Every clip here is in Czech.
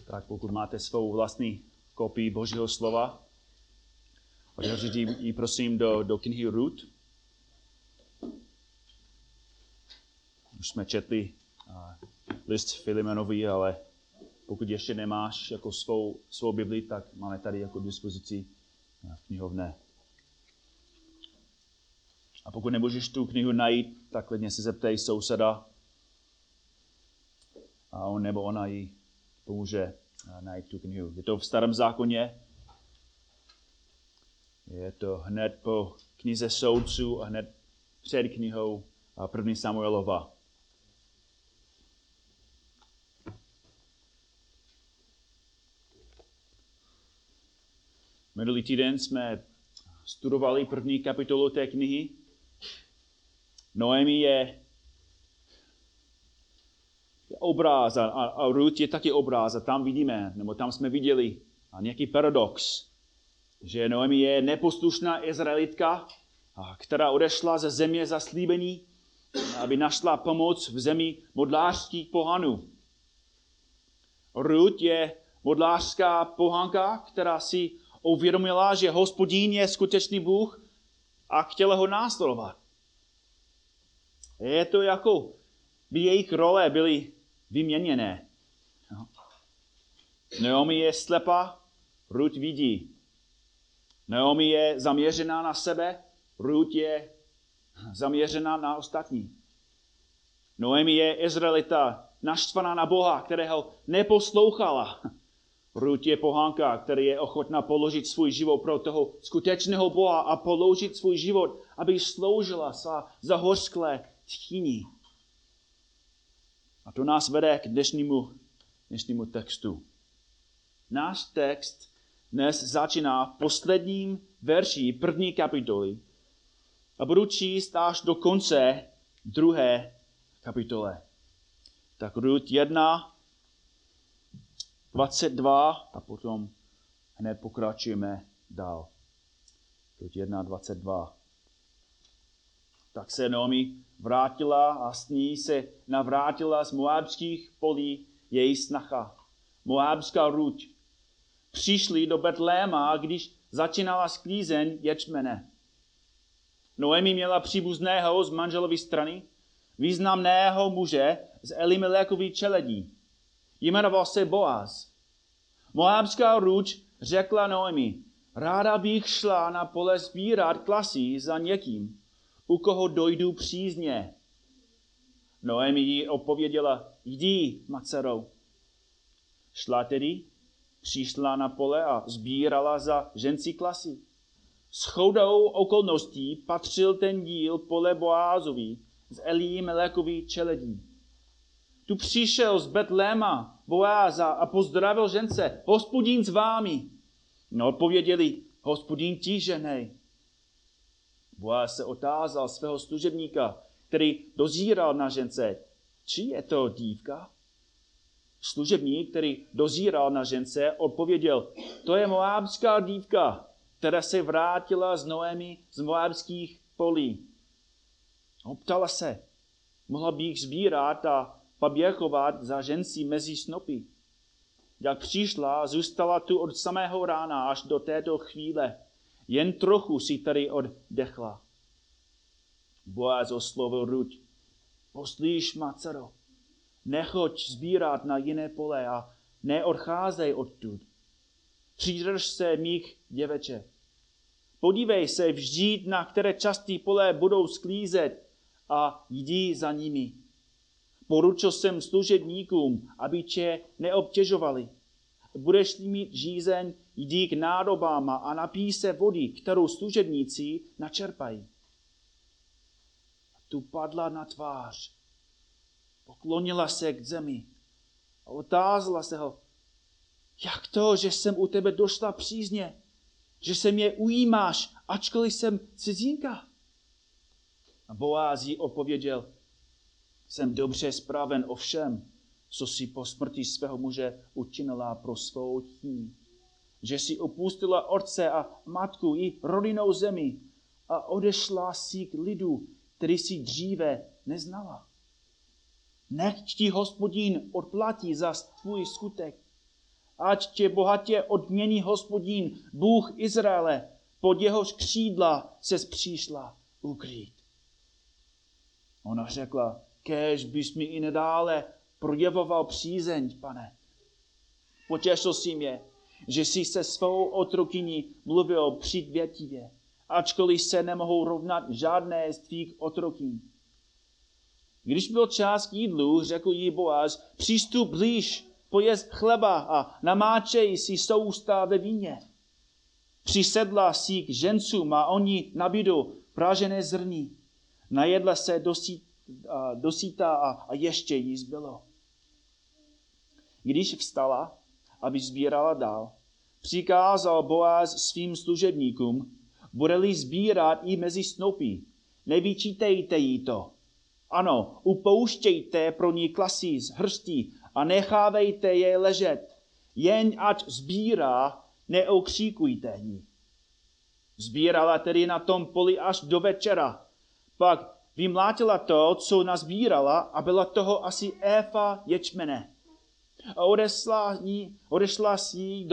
Tak pokud máte svou vlastní kopii Božího slova, otevřete ji prosím do knihy Rut. Už jsme četli list Filemenovi, ale pokud ještě nemáš jako svou Bibli, tak máme tady jako dispozici v knihovně. A pokud nemůžeš tu knihu najít, tak klidně se zeptej souseda a on nebo ona jí pomůže najít tu knihu. Je to v Starém zákoně, je to hned po knize Soudců a hned před knihou 1. Samuelova. Minulý týden jsme studovali první kapitolu té knihy. Noemi je obráz a Rut je taky obráz a tam vidíme, nebo tam jsme viděli nějaký paradox, že Noemi je neposlušná Izraelitka, která odešla ze země zaslíbení, aby našla pomoc v zemi modlářských pohanů. Rut je modlářská pohanka, která si uvědomila, že Hospodin je skutečný Bůh a chtěla ho následovat. Je to jako by jejich role byly vyměněné. Naomi je slepá, Rut vidí. Naomi je zaměřená na sebe, Rut je zaměřená na ostatní. Noemi je Izraelita, naštvaná na Boha, kterého neposlouchala. Rut je pohanka, která je ochotná položit svůj život pro toho skutečného Boha a položit svůj život, aby sloužila za hořklé tchýni. A to nás vede k dnešnímu textu. Náš text dnes začíná v posledním verši první kapitoly a budu číst až do konce druhé kapitole. Tak Rut 1, 22 a potom hned pokračujeme dál. Rut 1, 22. Tak se Naomi vrátila a s ní se navrátila z moabských polí její snacha, moabská Rut. Přišli do Betléma, když začínala sklízeň ječmene. Noemi měla příbuzného z manželovy strany, významného muže z Elimelechovy čeledí. Jmenoval se Boaz. Moabská Rut řekla Noemi, ráda bych šla na pole sbírat klasy za někým, u koho dojdu přízně. Noemi jí odpověděla, jdi, má dcero. Šla tedy, přišla na pole a sbírala za žencí klasy. Shodou okolností patřil ten díl pole Boázovi z Elimelechovy čeledí. Tu přišel z Betléma Boáza a pozdravil žence, Hospodin s vámi. No odpověděli, Hospodin ti ženej. Boáz se otázal svého služebníka, který dozíral na žence, či je to dívka? Služebník, který dozíral na žence, odpověděl, to je moábská dívka, která se vrátila z Noemi z moábských polí. Optala se, mohla bych sbírat a paběchovat za žencí mezi snopy. Jak přišla, zůstala tu od samého rána až do této chvíle. Jen trochu si tady oddechla. Boaz oslovil Rut. Poslíš, má dcero, nechoď sbírat na jiné pole a neodcházej odtud. Přidrž se mých děveček. Podívej se vždyť, na které části pole budou sklízet a jdi za nimi. Poručil jsem služebníkům, aby tě neobtěžovali. Budeš-li mít žízeň, jdi k nádobám a napij se vody, kterou služebníci načerpají. A tu padla na tvář, poklonila se k zemi a otázala se ho, jak to, že jsem u tebe došla přízně, že se mě ujímáš, ačkoliv jsem cizinka? A Boáz jí odpověděl, jsem dobře spraven o všem, co si po smrti svého muže učinila pro svou tchýni. Že si opustila otce a matku i rodinnou zemi a odešla si k lidu, který si dříve neznala. Nechť ti Hospodin odplatí za tvůj skutek ať tě bohatě odmění Hospodin, Bůh Izraele, pod jehož křídla ses přišla ukrýt. Ona řekla, kéž bys mi i nadále projevoval přízeň, pane. Potěšil jsi mě, že jsi se svou otrokyní mluvil přívětivě, ačkoliv se nemohou rovnat žádné z tvých otrokyň. Když byl čas k jídlu, řekl jí Boaz, přistup blíž, pojez chleba a namáčej si sousta ve víně. Přisedla si k žencům a oni nabídou pražené zrní. Najedla se dosyta a ještě jí zbylo. Když vstala, aby sbírala dál, přikázal Boaz svým služebníkům, bude-li sbírat i mezi snoupí, nevyčítejte jí to. Ano, upouštějte pro ní klasy z hrstí a nechávejte je ležet. Jen ať sbírá, neokříkujte jí. Sbírala tedy na tom poli až do večera. Pak vymlátila to, co nazbírala, a byla toho asi éfa ječmene. A odnesla si jej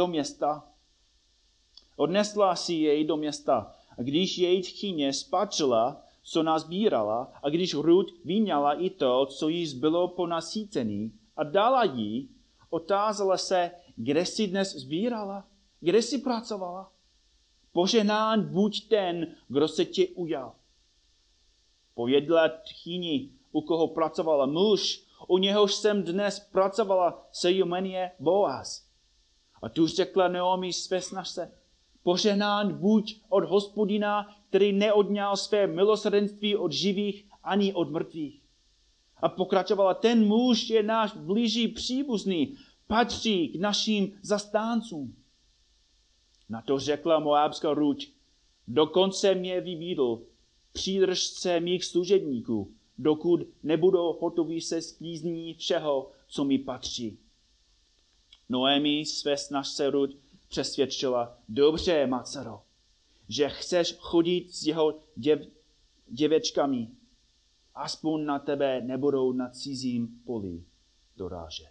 do města. A když její tchyně spatřila, co nazbírala, a když Rut vyňala i to, co jí zbylo po nasýcení, a dala jí, otázala se, kde jsi dnes sbírala, kde jsi pracovala. Požehnán buď ten, kdo se tě ujal. Pověděla tchyni, u koho pracovala muž, u něhož jsem dnes pracovala, se jmenuje Boaz. A tu řekla Naomi své snažce, požehnán buď od Hospodina, který neodňal své milosrdenství od živých ani od mrtvých. A pokračovala, ten muž je náš blíží příbuzný, patří k našim zastáncům. Na to řekla moábská Rut, dokonce mě vybídl, přidrž se mých služebníků, dokud nebudou hotoví se sklízní všeho, co mi patří. Noemi své snažce Rut přesvědčila, dobře, má dcero, že chceš chodit s jeho děvečkami, aspoň na tebe nebudou na cizím poli dorážet.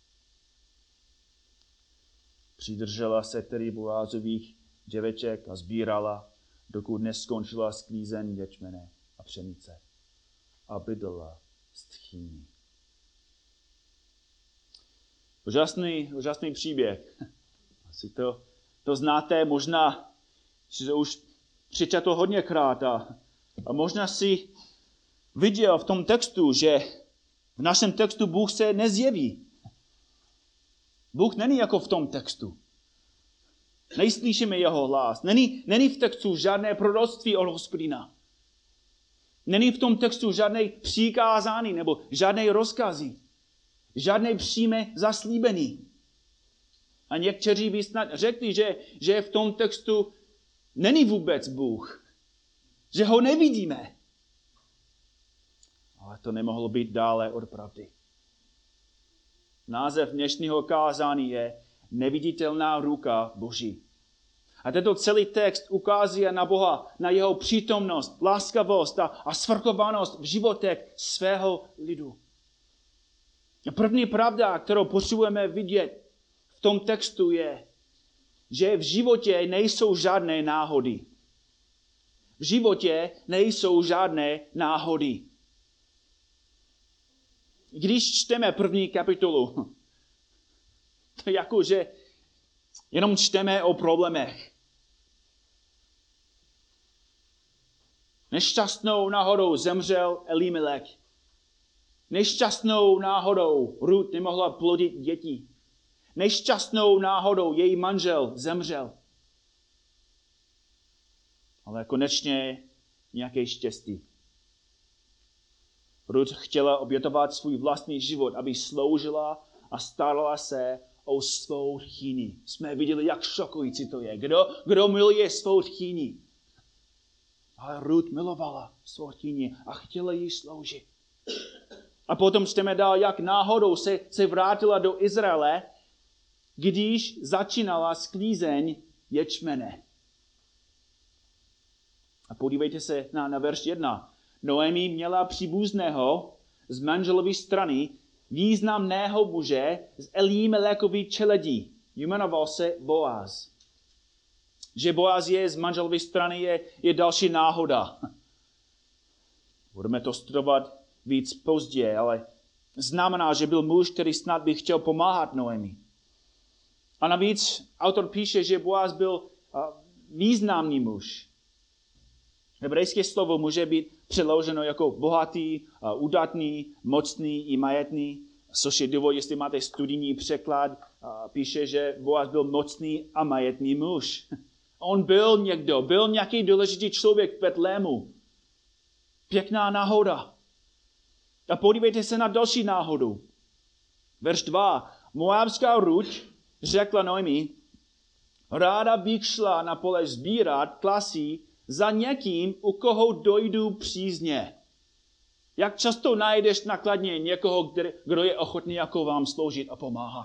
Přidržela se tedy Boázových děveček a sbírala, dokud neskončila sklízen ječmene a pšenice. A bydlela s tchýní. Úžasný příběh. Asi to znáte, možná si to už přečetl hodněkrát a možná si viděl v tom textu, že v našem textu Bůh se nezjeví. Bůh není jako v tom textu. Nejslyšíme jeho hlas. Není v textu žádné proroctví od Hospodina. Není v tom textu žádné přikázání nebo žádné rozkazy. Žádné přímé zaslíbení. A někteří by snad řekli, že v tom textu není vůbec Bůh. Že ho nevidíme. Ale to nemohlo být dále od pravdy. Název dnešního kázání je Neviditelná ruka Boží. A tento celý text ukazuje na Boha, na jeho přítomnost, láskavost a svrchovanost v životech svého lidu. A první pravda, kterou potřebujeme vidět v tom textu je, že v životě nejsou žádné náhody. V životě nejsou žádné náhody. Když čteme první kapitolu, to je jako, že jenom čteme o problémech. Nešťastnou náhodou zemřel Elimelech. Nešťastnou náhodou Rut nemohla plodit děti. Nešťastnou náhodou její manžel zemřel. Ale konečně nějaké štěstí. Rut chtěla obětovat svůj vlastní život, aby sloužila a starala se o svou tchýni. Jsme viděli, jak šokující to je. Kdo miluje svou tchýni? Ale Rut milovala svou tchýni a chtěla jí sloužit. A potom čteme dál, jak náhodou se vrátila do Izraele, když začínala sklízeň ječmene. A podívejte se na verš 1. Noemi měla příbuzného z manželovy strany, významného muže z Elimelechovy čeledí, jmenoval se Boaz. Že Boaz je z manželové strany je další náhoda. Budeme to studovat víc později, ale znamená, že byl muž, který snad by chtěl pomáhat Noemi. A navíc autor píše, že Boaz byl významný muž. Hebrejské slovo může být přeloženo jako bohatý, udatný, mocný i majetný. Což je důvod, jestli máte studijní překlad, píše, že Boaz byl mocný a majetný muž. On byl nějaký důležitý člověk v Betlému. Pěkná náhoda. A podívejte se na další náhodu. Verš 2. Moabská Ruť řekla Noemi, ráda bych šla na pole sbírat klasy za někým, u koho dojdu přízně. Jak často najdeš na Kladně někoho, kdo je ochotný jako vám sloužit a pomáhat?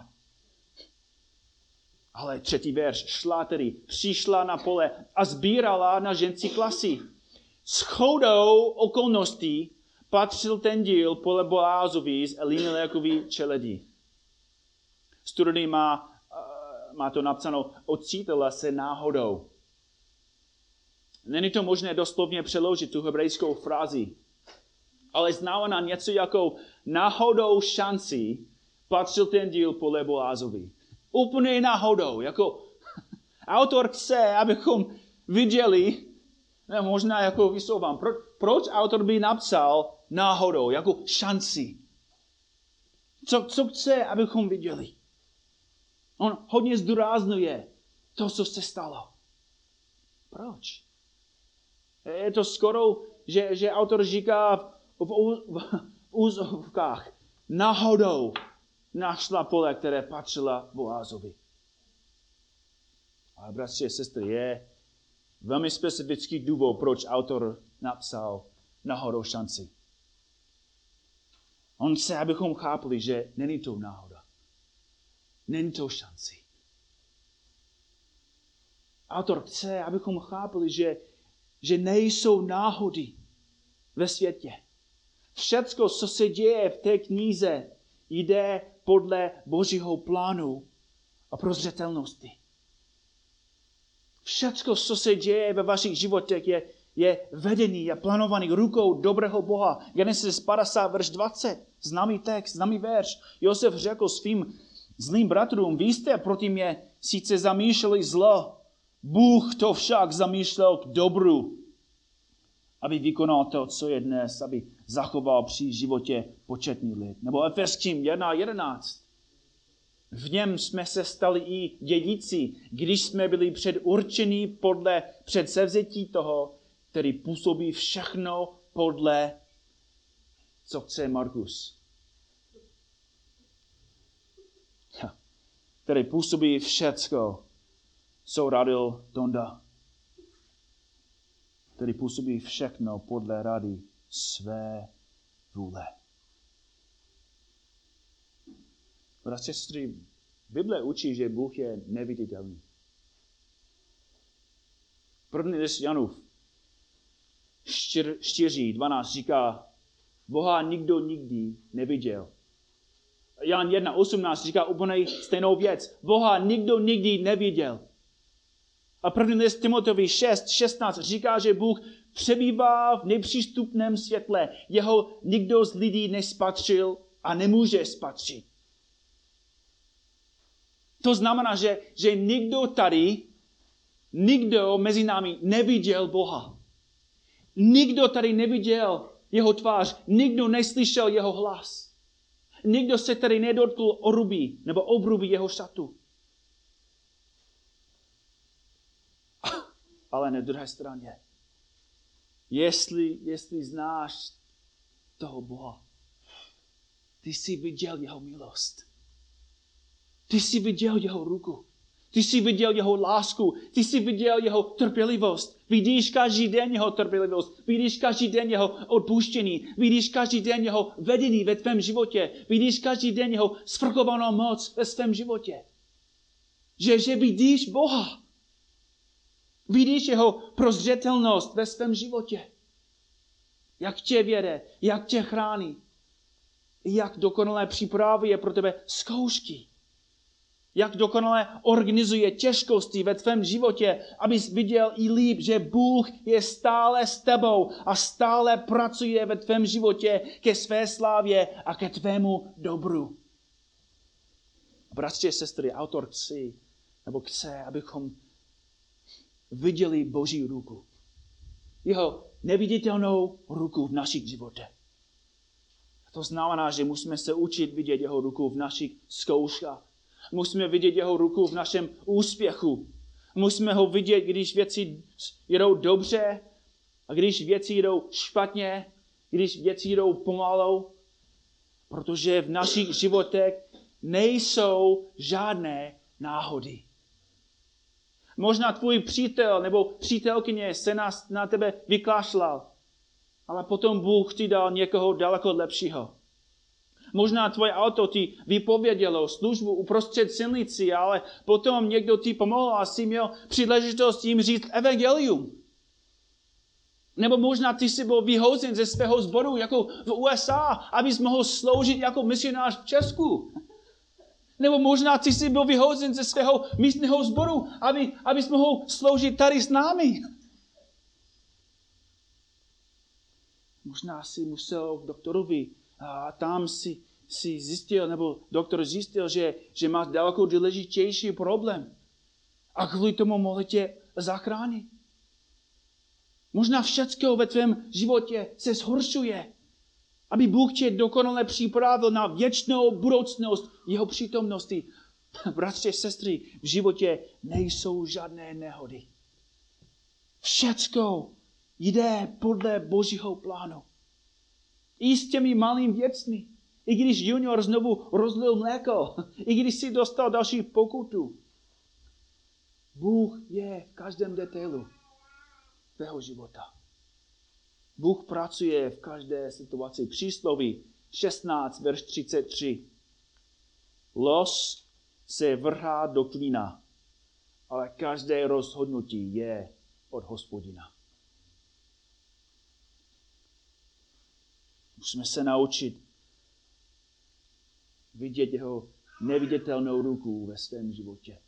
Ale 3. verš, přišla na pole a sbírala na žencí klasy. Shodou okolností patřil ten díl podle Boázovi z Elimelechové čeledi. Studijní má to napsáno, ocítala se náhodou. Není to možné doslovně přeložit tu hebrejskou frázi, ale znamená něco jako náhodou šanci patřil ten díl podle Boázovi. Úplně náhodou, jako autor chce, abychom viděli, ne, možná jako vysouvám, proč autor by napsal náhodou, jako šanci. Co chce, abychom viděli? On hodně zdůrazňuje to, co se stalo. Proč? Je to skoro, že autor říká v úzovkách, náhodou našla pole, které patřila Boázovi. Ale bratři a sestry, je velmi specifický důvod, proč autor napsal náhodou šanci. On chce, abychom chápali, že není to náhoda. Není to šanci. Autor chce, abychom chápali, že nejsou náhody ve světě. Všecko, co se děje v té knize, jde podle Božího plánu a prozřetelnosti. Všecko, co se děje ve vašich životech, je vedený a plánovaný rukou dobrého Boha. Genesis 50, verš 20. Známý text, známý verš. Josef řekl svým zlým bratrům, vy jste proti mě sice zamýšleli zlo, Bůh to však zamýšlel k dobru, aby vykonal to, co je dnes, aby zachoval při životě početný lid. Nebo Efeským 1:11. V něm jsme se stali i dědici, když jsme byli předurčeni podle předsevzetí toho, který působí všechno podle, co chce Markus. Který působí všecko, co radil Tonda. Který působí všechno podle rady své vůle. Bratři a sestry, Bible učí, že Bůh je neviditelný. První list Janův 4:12 říká, Boha nikdo nikdy neviděl. Jan 1:18 říká úplně stejnou věc. Boha nikdo nikdy neviděl. A první list Timoteovi 6:16 říká, že Bůh přebývá v nepřístupném světle. Jeho nikdo z lidí nespatřil a nemůže spatřit. To znamená, že nikdo mezi námi neviděl Boha. Nikdo tady neviděl jeho tvář, nikdo neslyšel jeho hlas. Nikdo se tady nedotkl oruby nebo obruby jeho šatu. Ale na druhé straně, jestli znáš toho Boha, ty jsi viděl jeho milost. Ty jsi viděl jeho ruku. Ty jsi viděl jeho lásku. Ty jsi viděl jeho trpělivost. Vidíš každý den jeho trpělivost. Vidíš každý den jeho odpuštění. Vidíš každý den jeho vedení ve tvém životě. Vidíš každý den jeho svrchovanou moc ve svém životě. Že vidíš Boha. Vidíš jeho prozřetelnost ve svém životě. Jak tě vede, jak tě chrání. Jak dokonalé připravuje pro tebe zkoušky. Jak dokonale organizuje těžkosti ve tvém životě, abys viděl i líp, že Bůh je stále s tebou a stále pracuje ve tvém životě ke své slávě a ke tvému dobru. Bratři a sestry, autor chce, abychom viděli Boží ruku. Jeho neviditelnou ruku v našich životech. To znamená, že musíme se učit vidět jeho ruku v našich zkouškách. Musíme vidět jeho ruku v našem úspěchu. Musíme ho vidět, když věci jdou dobře a když věci jdou špatně, když věci jdou pomalu. Protože v našich životech nejsou žádné náhody. Možná tvůj přítel nebo přítelkyně se na tebe vykašlal, ale potom Bůh ti dal někoho daleko lepšího. Možná tvoje auto ti vypovědělo službu uprostřed silnici, ale potom někdo ti pomohl a jsi měl příležitost jim říct evangelium. Nebo možná ty jsi byl vyhozen ze svého sboru jako v USA, abys mohl sloužit jako misionář v Česku. Nebo možná ty jsi byl vyhozen ze svého místního sboru, abys mohl sloužit tady s námi. Možná jsi musel k doktorovi a tam si zjistil, nebo doktor zjistil, že máš daleko důležitější problém. A kvůli tomu mohli tě zachránit. Možná všecko ve tvém životě se zhoršuje, aby Bůh tě dokonale připravil na věčnou budoucnost jeho přítomnosti. Bratři a sestry, v životě nejsou žádné nehody. Všecko jde podle Božího plánu. I s těmi malými věcmi. I když junior znovu rozlil mléko. I když si dostal další pokutu. Bůh je v každém detailu tvého života. Bůh pracuje v každé situaci. Přísloví 16, verš 33. Los se vrhá do klína, ale každé rozhodnutí je od Hospodina. Musíme se naučit vidět jeho neviditelnou ruku ve svém životě.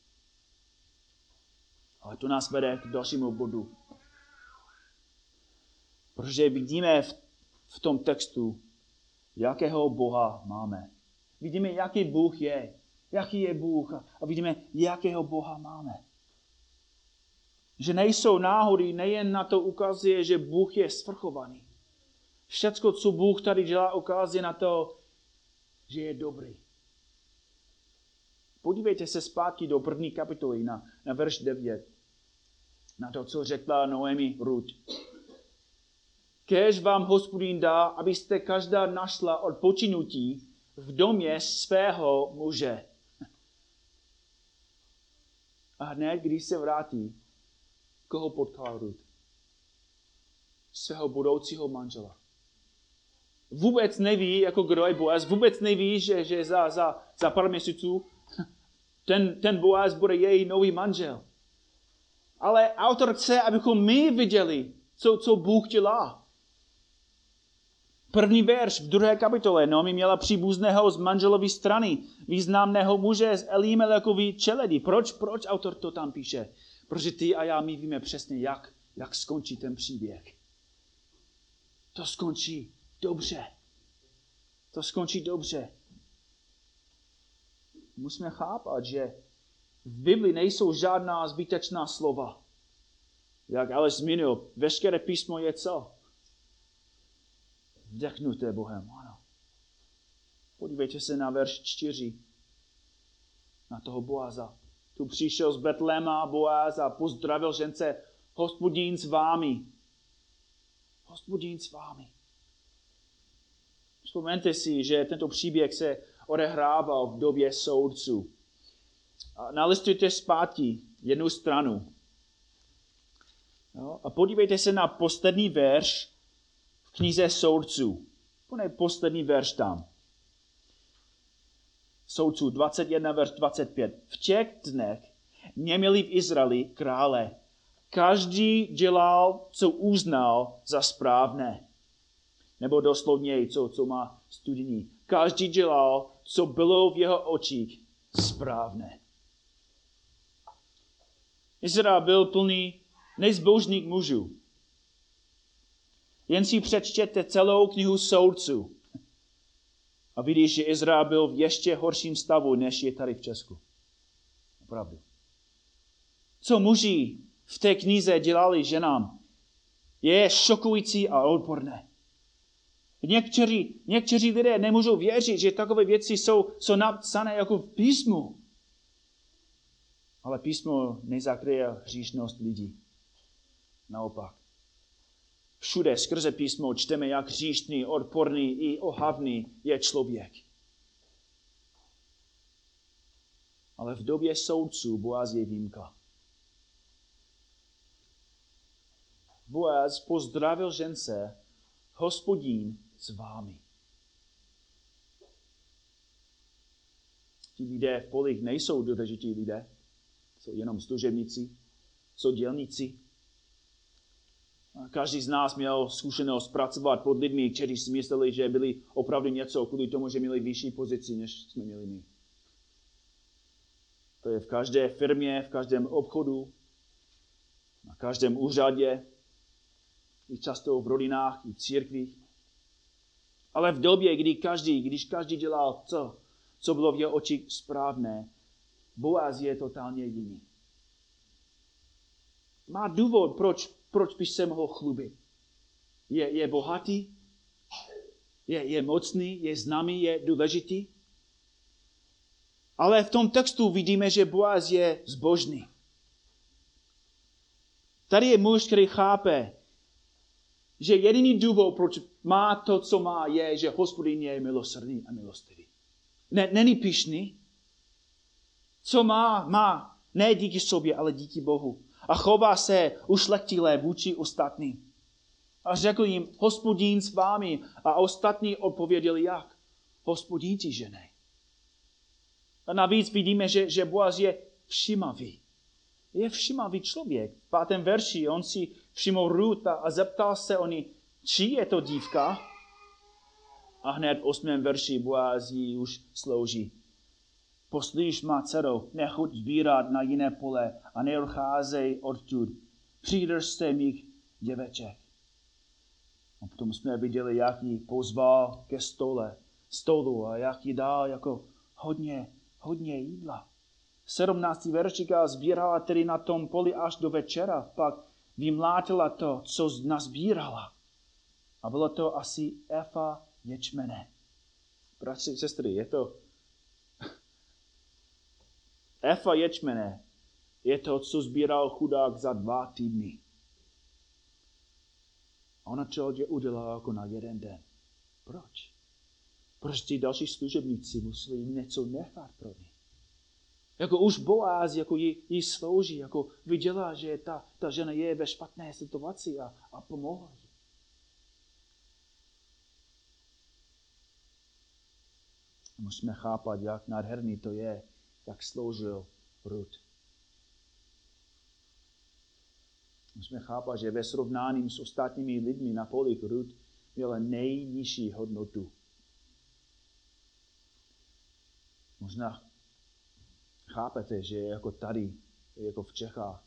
Ale to nás vede k dalšímu bodu. Protože vidíme v tom textu, jakého Boha máme. Vidíme, jaký Bůh je. Jaký je Bůh. A vidíme, jakého Boha máme. Že nejsou náhody, nejen na to ukazuje, že Bůh je svrchovaný. Všecko, co Bůh tady dělá, ukazuje na to, že je dobrý. Podívejte se zpátky do 1. kapitoly na verš 9. Na to, co řekla Noemi Ruth. Kéž vám Hospodin dá, abyste každá našla odpočinutí v domě svého muže. A hned, když se vrátí, koho potkala Ruth? Svého budoucího manžela. Vůbec neví, jako kdo je Boaz, vůbec neví, že za pár měsíců ten Boaz bude její nový manžel. Ale autor chce, abychom my viděli, co Bůh dělá. První verš v 2. kapitole. Noemi měla příbuzného z manželovy strany, významného muže z Elimelechovy čeledi. Proč autor to tam píše? Protože ty a já, my víme přesně, jak skončí ten příběh. To skončí dobře. To skončí dobře. Musíme chápat, že v Biblii nejsou žádná zbytečná slova. Jak Aleš zmínil, veškeré písmo je co? Vdechnuté Bohem, ano. Podívejte se na verš 4. Na toho Boaza. Tu přišel z Betléma Boaz a pozdravil žence: Hospodin s vámi. Hospodin s vámi. Vzpomeňte si, že tento příběh se odehrával v době soudců. Nalistujte zpátky jednu stranu. A podívejte se na poslední verš v knize soudců. Poslední verš tam. Soudců 21, verš 25. V těch dnech neměli v Izraeli krále. Každý dělal, co uznal za správné. Nebo doslovně, co má studijní. Každý dělal, co bylo v jeho očích správné. Izrael byl plný nezbožných mužů. Jen si přečtěte celou knihu Soudců a vidíš, že Izrael byl v ještě horším stavu, než je tady v Česku. Opravdu. Co muži v té knize dělali ženám, je šokující a odporné. Někteří lidé nemůžou věřit, že takové věci jsou napsané jako v písmu. Ale písmo nezakryje hříšnost lidí. Naopak. Všude skrze písmo čteme, jak hříšný, odporný i ohavný je člověk. Ale v době soudců Boaz je výjimka. Boaz pozdravil žence, Hospodín s vámi. Ti lidé v polích nejsou důležití lidé, jsou jenom služebníci, jsou dělníci. Každý z nás měl zkušenost pracovat pod lidmi, kteří si mysleli, že byli opravdu něco kvůli tomu, že měli vyšší pozici, než jsme měli my. To je v každé firmě, v každém obchodu, na každém úřadě, i často v rodinách, i v církvích. Ale v době, když každý dělal to, co bylo v jeho očích správné, Boaz je totálně jiný. Má důvod, proč by se mohl chlubit. Je bohatý, je mocný, je známý, je důležitý. Ale v tom textu vidíme, že Boaz je zbožný. Tady je muž, který chápe, že jediný důvod, proč má to, co má, je, že Hospodin je milosrdný a milostivý. Není pyšný. Co má ne díky sobě, ale díky Bohu. A chová se ušlechtile vůči ostatním. A řekl jim, Hospodin s vámi. A ostatní odpověděli jak? Hospodin ti ženej. A navíc vidíme, že Boaz je všímavý. Je všímavý člověk. V 5. verši on si všiml Rut a zeptal se oni, či je to dívka? A hned v 8. verši Boaz ji už slouží. Poslíš má dcero, nechuť sbírat na jiné pole a neodcházej odtud. Přidrž se mých děveček. A potom jsme viděli, jak ji pozval ke stolu a jak ji dal jako hodně jídla. 17. verš říká, sbírala tedy na tom poli až do večera, pak vymlátila to, co nazbírala. A bylo to asi efa ječmene. Bratři, sestry, je to efa ječmene. Je to, co sbíral chudák za 2 týdny. A ona to udělala jako na 1 den. Proč? Proč ty další služebníci museli něco nechat pro ní? Jako už Boaz, jako jí slouží, jako viděla, že ta žena je ve špatné situaci a pomohla jí. Musíme chápat, jak nádherný to je, jak sloužil Rut. Musíme chápat, že ve srovnání s ostatními lidmi na polích Rut měla nejnižší hodnotu. Možná chápete, že jako tady, jako v Čechách.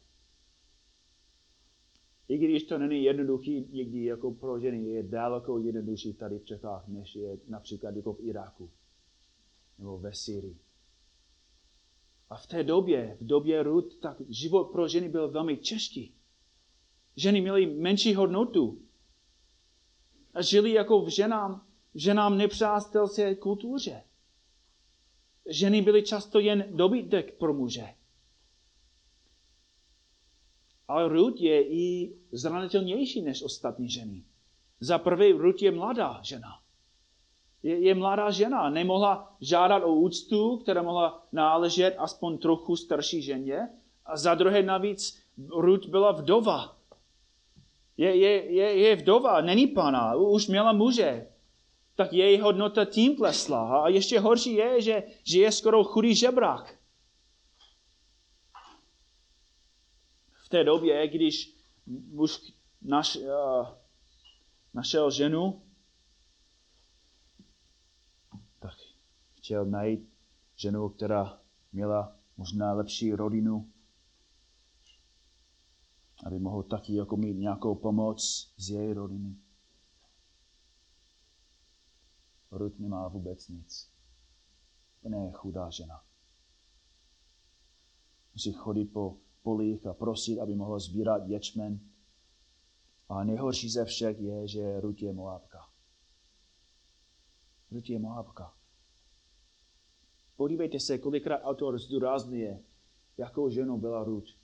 I když to není jednoduchý někdy jako pro ženy, je daleko jednodušší tady v Čechách, než je například jako v Iráku nebo ve Syrii. A v té době, v době Rut, tak život pro ženy byl velmi těžký. Ženy měly menší hodnotu. A žili jako v ženám nepřátelské kultuře. Ženy byly často jen dobytek pro muže. Ale Rut je i zranitelnější než ostatní ženy. Za prvé, Rut je mladá žena. Je mladá žena. Nemohla žádat o úctu, která mohla náležet aspoň trochu starší ženě. A za druhé navíc, Rut byla vdova. Je vdova, není pana, už měla muže. Tak její hodnota tím klesla. A ještě horší je, že je skoro chudý žebrák. V té době, když muž našel ženu, tak chtěl najít ženu, která měla možná lepší rodinu. aby mohl taky jako mít nějakou pomoc z její rodiny. Rut nemá vůbec nic. Ona je chudá žena. Musí chodit po polích a prosit, aby mohla sbírat ječmen. A nejhorší ze všech je, že Rut je Moabka. Rut je Moabka. Podívejte se, kolikrát autor zdůrazňuje, jakou ženou byla Rut.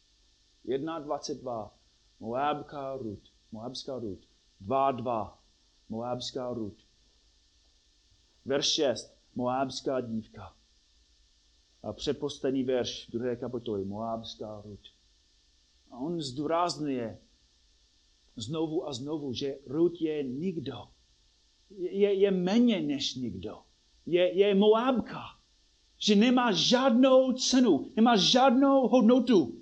1:22. Moabská Rut. 2:2. Moabská Rut. Verš 6. Moabská dívka. A předposlední verš 2. kapitoly. Moabská Rut. A on zdůrazňuje znovu a znovu, že Rut je nikdo. Je méně než nikdo. Je Moabka. Že nemá žádnou cenu, nemá žádnou hodnotu.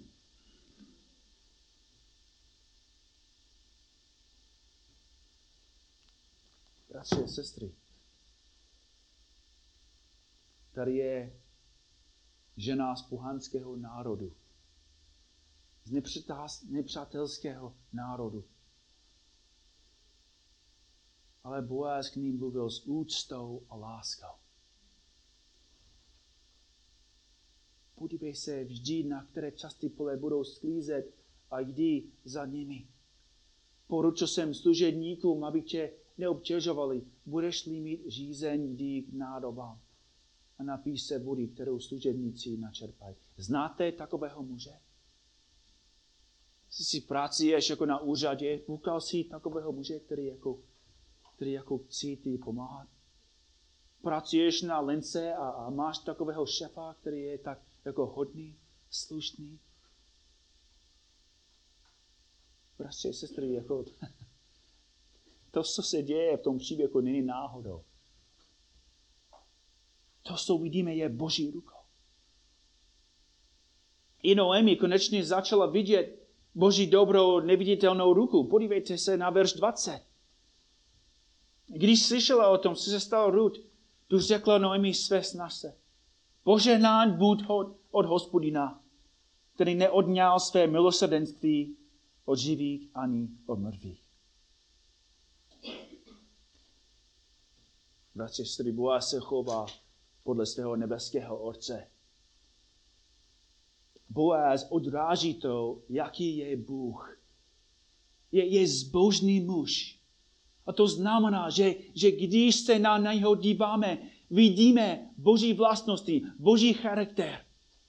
Bratři a sestry, tady je žena z pohanského národu, z nepřátelského národu. Ale Boaz k ní mluvil s úctou a láskou. Podívej se vždy, na které části pole budou sklízet a jdi za nimi. Poručil jsem služebníkům, aby tě neobtěžovali. Budeš-li mít žízeň, jdi k nádobám a napij se vody, kterou služebníci načerpají. Znáte takového muže? Jsi si pracuješ jako na úřadě, potkal si takového muže, který jako cítí pomáhat. Pracuješ na lince a máš takového šefa, který je tak jako hodný, slušný. Bratři a sestry, jako to, co se děje v tom příběhu, není náhodou. To, co vidíme, je Boží rukou. I Noemi konečně začala vidět Boží dobrou neviditelnou ruku. Podívejte se na verš 20. Když slyšela o tom, co se stalo Rut, tu řekla Noemi své snažce: Požehnán buď od Hospodina, který neodňal své milosrdenství od živých ani od mrtvých. Bratři, sestry, Boaz se chová podle svého nebeského Otce. Boaz odráží to, jaký je Bůh. Je zbožný muž. A to znamená, že když se na něho díváme, vidíme Boží vlastnosti, Boží charakter.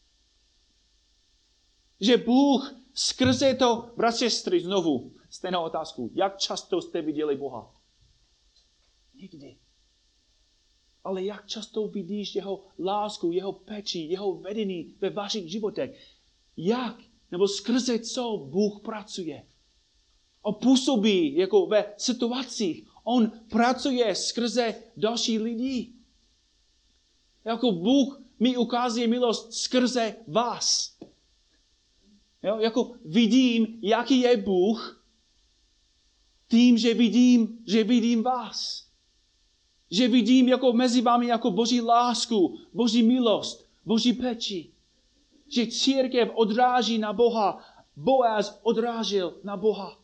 Že Bůh skrze to, bratři, sestry, znovu, stejnou otázku. Jak často jste viděli Boha? Nikdy. Ale jak často vidíš jeho lásku, jeho péči, jeho vedení ve vašich životech? Jak? Nebo skrze co Bůh pracuje? A působí jako ve situacích. On pracuje skrze další lidi. Jako Bůh mi ukazuje milost skrze vás. Jo? Jako vidím, jaký je Bůh, tím, že vidím vás. Že vidím jako mezi vámi jako Boží lásku, Boží milost, Boží péči. Že církev odráží na Boha. Boaz odrážil na Boha.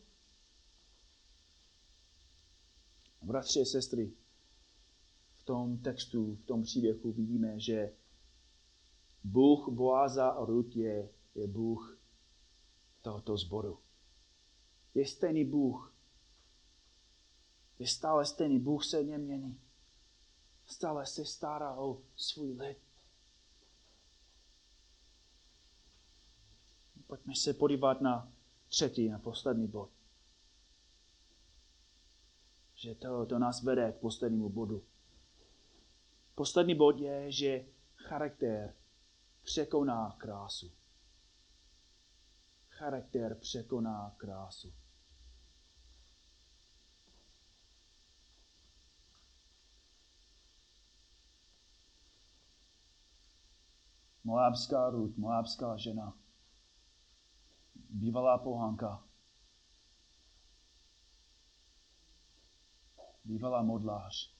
Bratři a sestry, v tom textu, v tom příběhu vidíme, že Bůh Boaza a Rut je Bůh tohoto sboru. Je stejný Bůh. Je stále stejný. Bůh se nemění. Stále se stará o svůj lid. Pojďme se podívat na třetí, na poslední bod. Že to nás vede k poslednímu bodu. Poslední bod je, že charakter překoná krásu. Charakter překoná krásu. Moabská Rut, moabská žena, bývalá pohanka, bývalá modlář.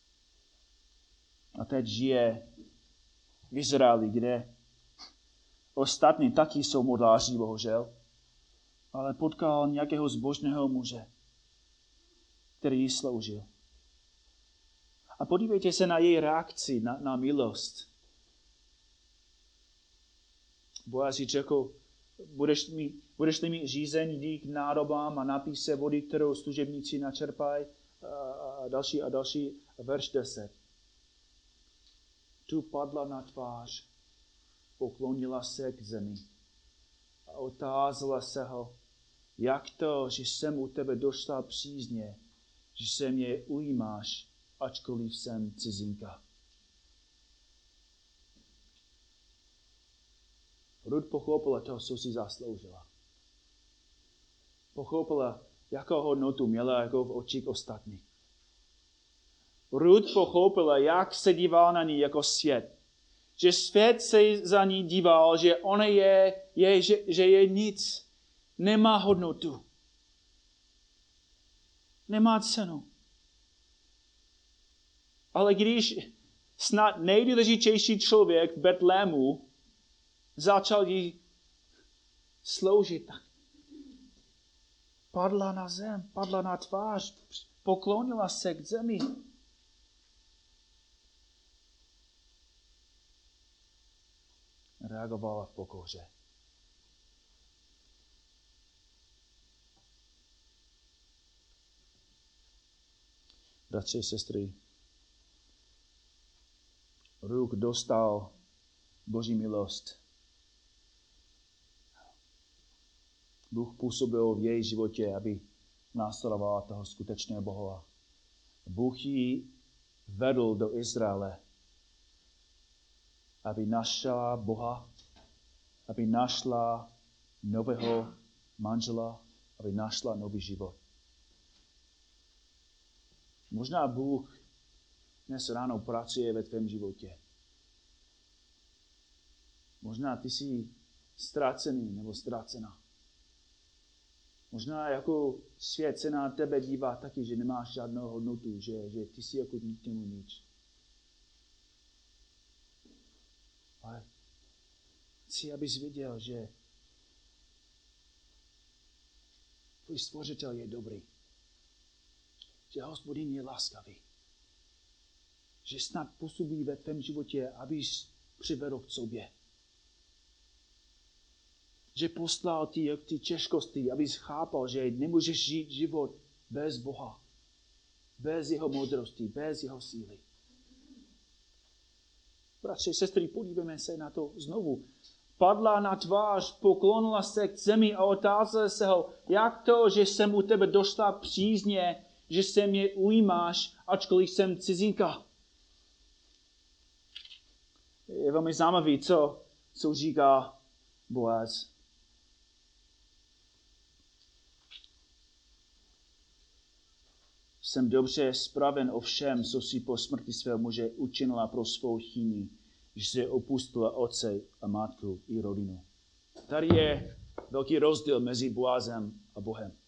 A teď žije v Izraeli, kde Ostatní taky jsou modláři, bohužel. Ale potkal nějakého zbožného muže, který jí sloužil. A podívejte se na její reakci na milost. Boaz jí řekl, budeš-li mít žízeň k nádobám a napij se vody, kterou služebníci načerpají, a další, verš 10. Tu padla na tvář, poklonila se k zemi a otázala se ho, jak to, že jsem u tebe došla přízně, že se mě ujímáš, ačkoliv jsem cizinka. Rud pochopila to, co si zasloužila. Pochopila, jakou hodnotu měla jako v očích ostatních. Rud pochopila, jak se díval na ní jako svět. Že svět se za ní díval, že ona že je nic. Nemá hodnotu. Nemá cenu. Ale když snad nejdůležitější člověk v Betlému začal jí sloužit, tak padla na zem, padla na tvář, poklonila se k zemi. Reagovala v pokoře. Bratři, sestry, Ruk dostal Boží milost. Bůh působil v její životě, aby následovala toho skutečného Boha. Bůh ji vedl do Izraele, aby našla Boha, aby našla nového manžela, aby našla nový život. Možná Bůh dnes ráno pracuje ve tvém životě. Možná ty jsi ztracený nebo ztracena. Možná jako svět se na tebe dívá taky, že nemáš žádnou hodnotu, že ty jsi jako ničemu nic. Ale chci, abys věděl, že tvůj stvořitel je dobrý. Že Hospodin je laskavý. Že snad působí ve tvém životě, abys přivedl k sobě. Že poslal ty těžkosti, abys chápal, že nemůžeš žít život bez Boha. Bez jeho moudrosti, bez jeho síly. Bratři, sestry, podívejme se na to znovu. Padla na tvář, poklonila se k zemi a otázala se ho, jak to, že jsem u tebe došla přízně, že se mě ujímáš, ačkoliv jsem cizinka. Je velmi zajímavý, co říká Boaz. Jsem dobře spraven o všem, co si po smrti svého muže učinila pro svou chyni, že se opustila otce a matku i rodinu. Tady je velký rozdíl mezi Boazem a Bohem.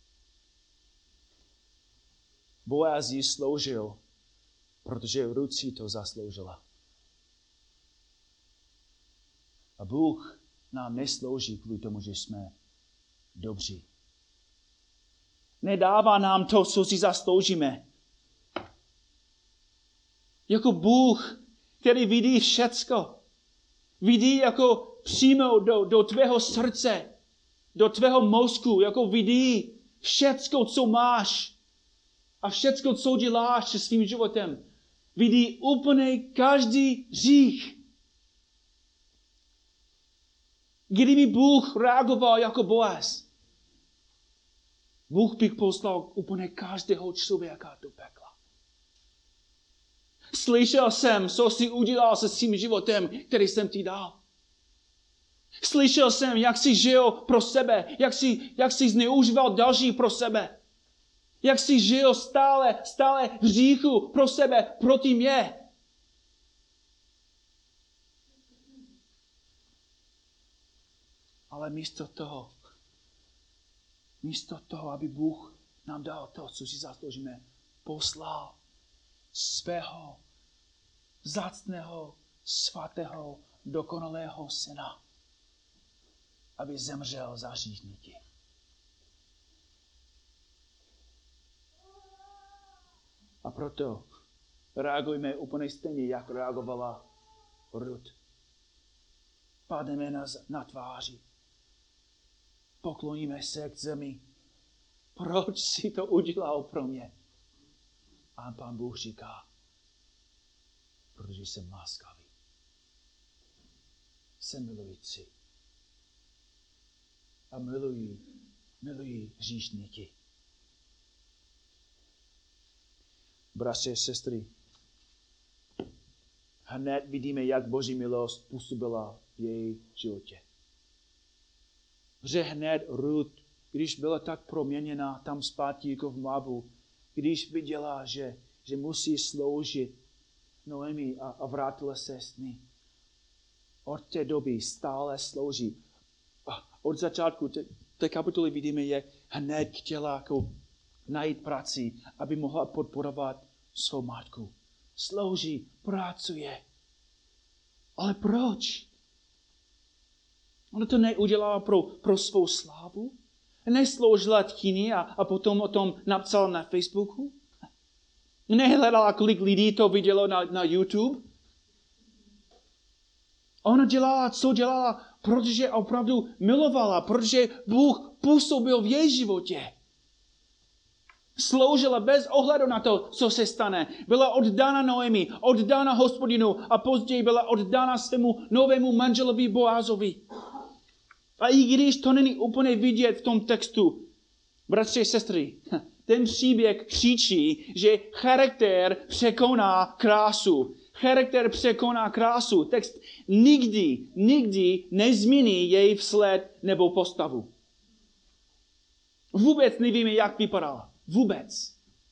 Boaz jí sloužil, protože Rut si to zasloužila. A Bůh nám neslouží kvůli tomu, že jsme dobří. Nedává nám to, co si zasloužíme. Jako Bůh, který vidí všecko. Vidí jako přímo do tvého srdce, do tvého mozku, jako vidí všecko, co máš a všecko, co děláš se svým životem. Vidí úplně každý hřích. Kdyby Bůh reagoval jako Boaz, Bůh bych poslal úplně každého člověka do pekla. Slyšel jsem, co jsi udělal se svým životem, který jsem ti dal. Slyšel jsem, jak jsi žil pro sebe, jak jsi zneužíval další pro sebe. Jak jsi žil stále v hříchu pro sebe, proti mě. Ale místo toho, aby Bůh nám dal to, co si zasloužíme, poslal svého vzácného, svatého, dokonalého syna. aby zemřel za hříšníky. A proto reagujeme úplně stejně, jak reagovala Rut. Padneme na tváři. Pokloníme se k zemi. Proč jsi to udělal pro mě? A Pán Bůh říká, protože jsem láskavý. Jsem milující. A miluji hříšníky. Bratři a sestry, hned vidíme, jak Boží milost působila v její životě. Že hned Rut, když byla tak proměněná tam zpátky jako v Moabu, když viděla, že musí sloužit Noemi a vrátila se s ní. Od té doby stále slouží. Od začátku té kapitoly vidíme, jak hned chtěla jako najít práci, aby mohla podporovat svou matku. Slouží, pracuje. Ale proč? Ona to neudělala pro svou slávu? Nesloužila tchýni a potom o tom napsala na Facebooku? Nehledala, kolik lidí to vidělo na YouTube? Ona dělala, co dělala, protože opravdu milovala, protože Bůh působil v její životě. Sloužila bez ohledu na to, co se stane. Byla oddána Noemi, oddána Hospodinu a později byla oddána svému novému manželovi Boázovi. A i když to není úplně vidět v tom textu, bratři a sestry, ten příběh křičí, že charakter překoná krásu. Charakter překoná krásu. Text nikdy nezmění její vzhled nebo postavu. Vůbec nevíme, jak vypadala. Vůbec.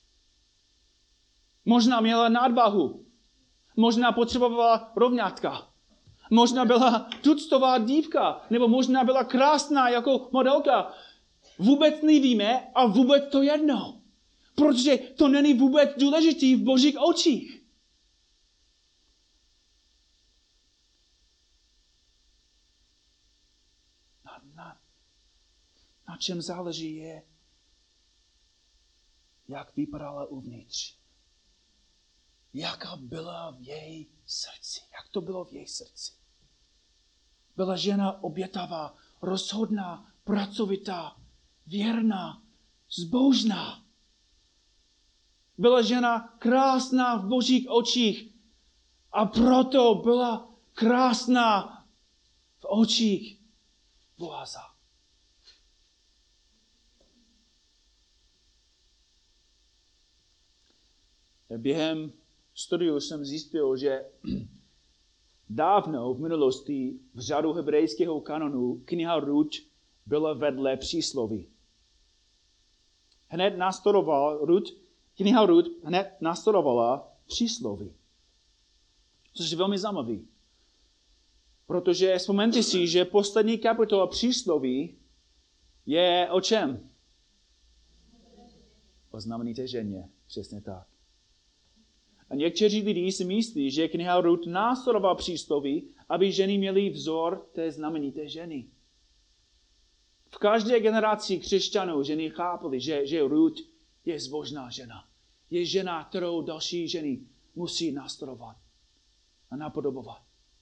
Možná měla nadváhu. Možná potřebovala rovňátka. Možná byla tuctová dívka. Nebo možná byla krásná jako modelka. Vůbec nevíme a vůbec to jedno. Protože to není vůbec důležitý v Božích očích. Na čem záleží je, jak vypadala uvnitř. Jaká byla v její srdci. Jak to bylo v její srdci. Byla žena obětavá, rozhodná, pracovitá, věrná, zbožná. Byla žena krásná v Božích očích a proto byla krásná v očích Boáza. Během studiu jsem zjistil, že dávno v minulosti v řádu hebrejského kanonu kniha Rut byla vedle přísloví. Kniha Rut hned následovala přísloví. Což je velmi zajímavé. Protože vzpomeňte si, že poslední kapitola přísloví je o čem? O znamenité ženě. Přesně tak. A někteří lidé si myslí, že kniha Rut následovala přísloví, aby ženy měly vzor té znamenité ženy. V každé generaci křesťanů ženy chápali, že Rut je zbožná žena. Je žena, kterou další ženy musí následovat a napodobovat.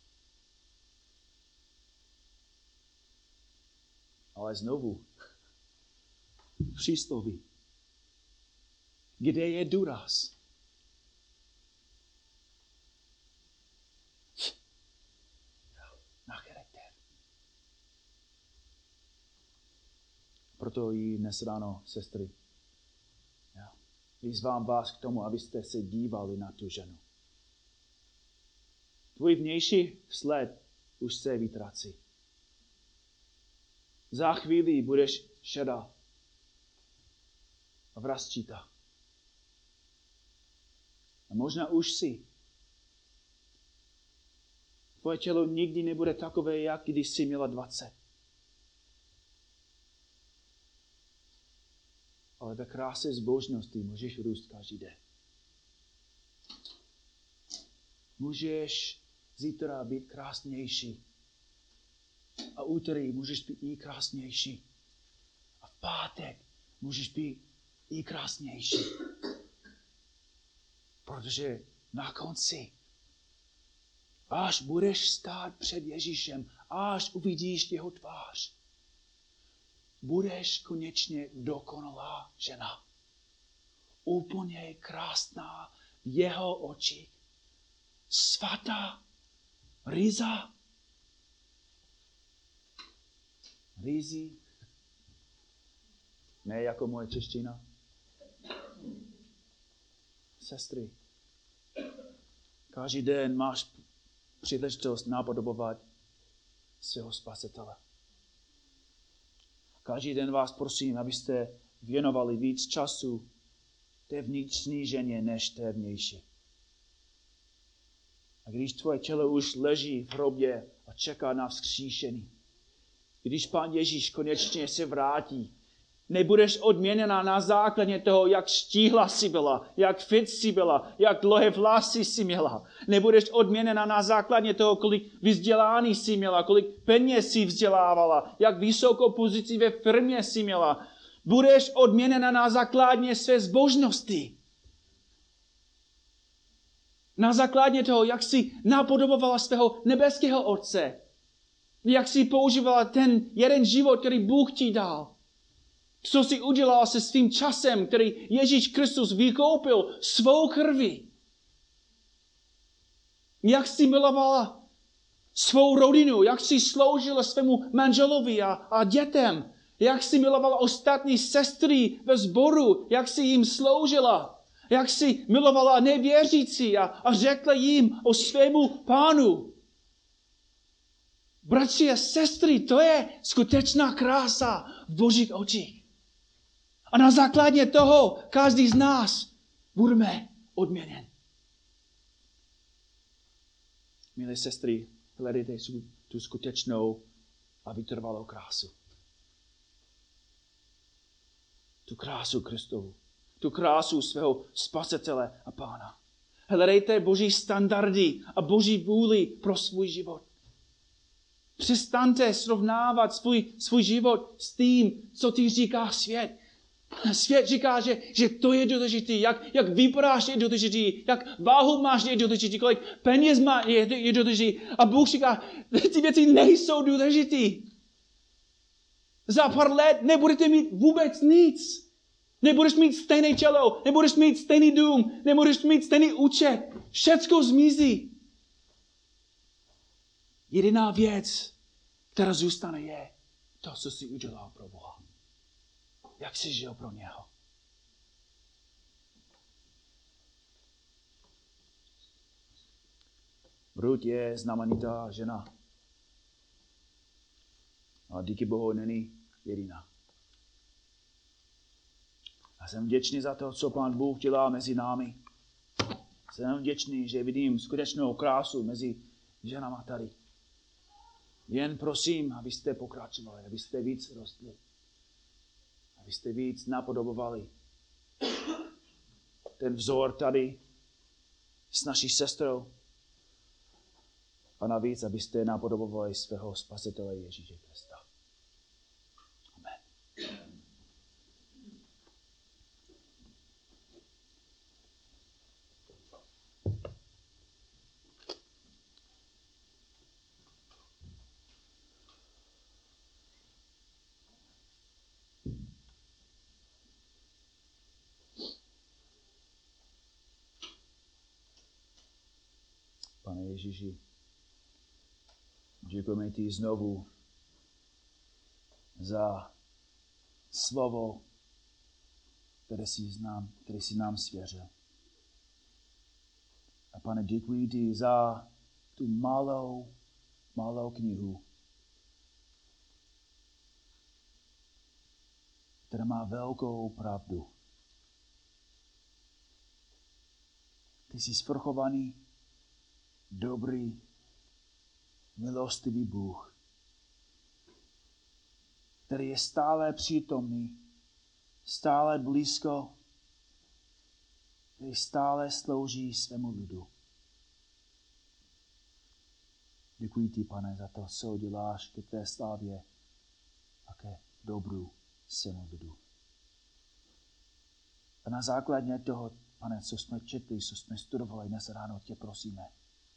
Ale znovu, přísloví. Kde je důraz? Na charakter. Proto jí dnes ráno, sestry, vyzvám vás k tomu, abyste se dívali na tu ženu. Tvůj vnější vzhled už se vytrací. Za chvíli budeš šedá a vrastčitá. A možná už jsi. Tvoje tělo nikdy nebude takové, jak když jsi měla 20. Ale ve kráse zbožnosti můžeš růst každý den. Můžeš zítra být krásnější. A úterý můžeš být i krásnější. A v pátek můžeš být i krásnější. Protože na konci, až budeš stát před Ježíšem, až uvidíš jeho tvář, budeš konečně dokonalá žena. Úplně krásná v jeho očích. Svatá, ryza, rýzí, ne jako moje čeština. Sestry, každý den máš příležitost napodobovat svého Spasitele. Každý den vás prosím, abyste věnovali víc času té vnitřní ženě, než té vnější. A když tvoje tělo už leží v hrobě a čeká na vzkříšení, když Pán Ježíš konečně se vrátí, nebudeš odměněna na základě toho, jak štíhla jsi byla, jak fit jsi byla, jak dlouhé vlasy jsi měla. Nebudeš odměněna na základě toho, kolik vzdělání jsi měla, kolik peněz jsi vzdělávala, jak vysokou pozici ve firmě jsi měla. Budeš odměněna na základě své zbožnosti. Na základě toho, jak jsi napodobovala svého nebeského Otce. Jak jsi používala ten jeden život, který Bůh ti dal. Co jsi udělal se svým časem, který Ježíš Kristus vykoupil svou krví. Jak jsi milovala svou rodinu, jak jsi sloužila svému manželovi a dětem. Jak jsi milovala ostatní sestry ve sboru, jak jsi jim sloužila. Jak jsi milovala nevěřící a řekla jim o svému Pánu. Bratři a sestry, to je skutečná krása v Božích očích. A na základě toho každý z nás budeme odměněn. Milé sestry, hledejte tu skutečnou a vytrvalou krásu. Tu krásu Kristovu. Tu krásu svého Spasitele a Pána. Hledejte Boží standardy a Boží vůli pro svůj život. Přestaňte srovnávat svůj život s tím, co ti říká svět. Svět říká, že to je důležité, jak vypadáš je důležité, jak váhu máš je důležité, kolik peněz má je důležité. A Bůh říká, ty věci nejsou důležité. Za pár let nebudete mít vůbec nic. Nebudeš mít stejné tělo, nebudeš mít stejný dům, nebudeš mít stejný účet. Všecko zmizí. Jediná věc, která zůstane, je to, co jsi udělal pro Boha. Jak jsi žil pro něho. Ruth je znamenitá žena. A díky Bohu není jediná. A jsem vděčný za to, co Pán Bůh dělá mezi námi. Jsem vděčný, že vidím skutečnou krásu mezi ženama tady. Jen prosím, abyste pokračovali, abyste víc rostli. Abyste víc napodobovali ten vzor tady s naší sestrou. A navíc, abyste napodobovali svého Spasitele Ježíše Krista. Amen. Pane Ježíši, děkujeme ti znovu za slovo, které jsi nám svěřil. A Pane, děkuji ti za tu malou knihu, která má velkou pravdu. Ty jsi svrchovaný, dobrý, milostivý Bůh, který je stále přítomný, stále blízko, který stále slouží svému lidu. Děkuji ti, Pane, za to, co děláš ke tvé slávě a ke dobru svého lidu. A na základě toho, Pane, co jsme četli, co jsme studovali dnes ráno, tě prosíme.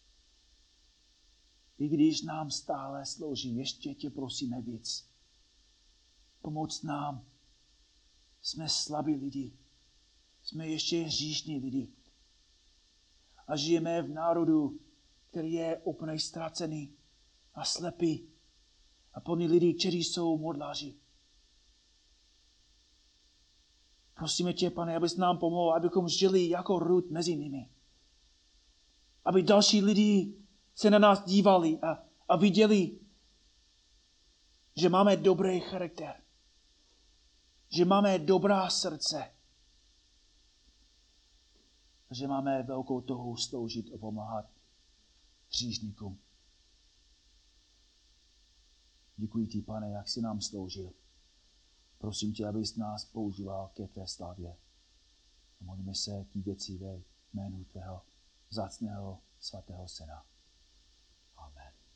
I když nám stále slouží, ještě tě prosíme víc. Pomoc nám. Jsme slabí lidi. Jsme ještě hříšní lidi. A žijeme v národu, který je úplně ztracený a slepý. A plný lidí, kteří jsou modláři. Prosíme tě, Pane, abys nám pomohl, abychom žili jako Rut mezi nimi. Aby další lidi se na nás dívali a viděli, že máme dobrý charakter. Že máme dobrá srdce. Že máme velkou touhu sloužit a pomáhat hříšníkům. Děkuji ti, Pane, jak jsi nám sloužil. Prosím tě, abys nás používal ke tvé slávě. A modlíme se tí věci ve jménu tvého vzácného svatého syna. Amen.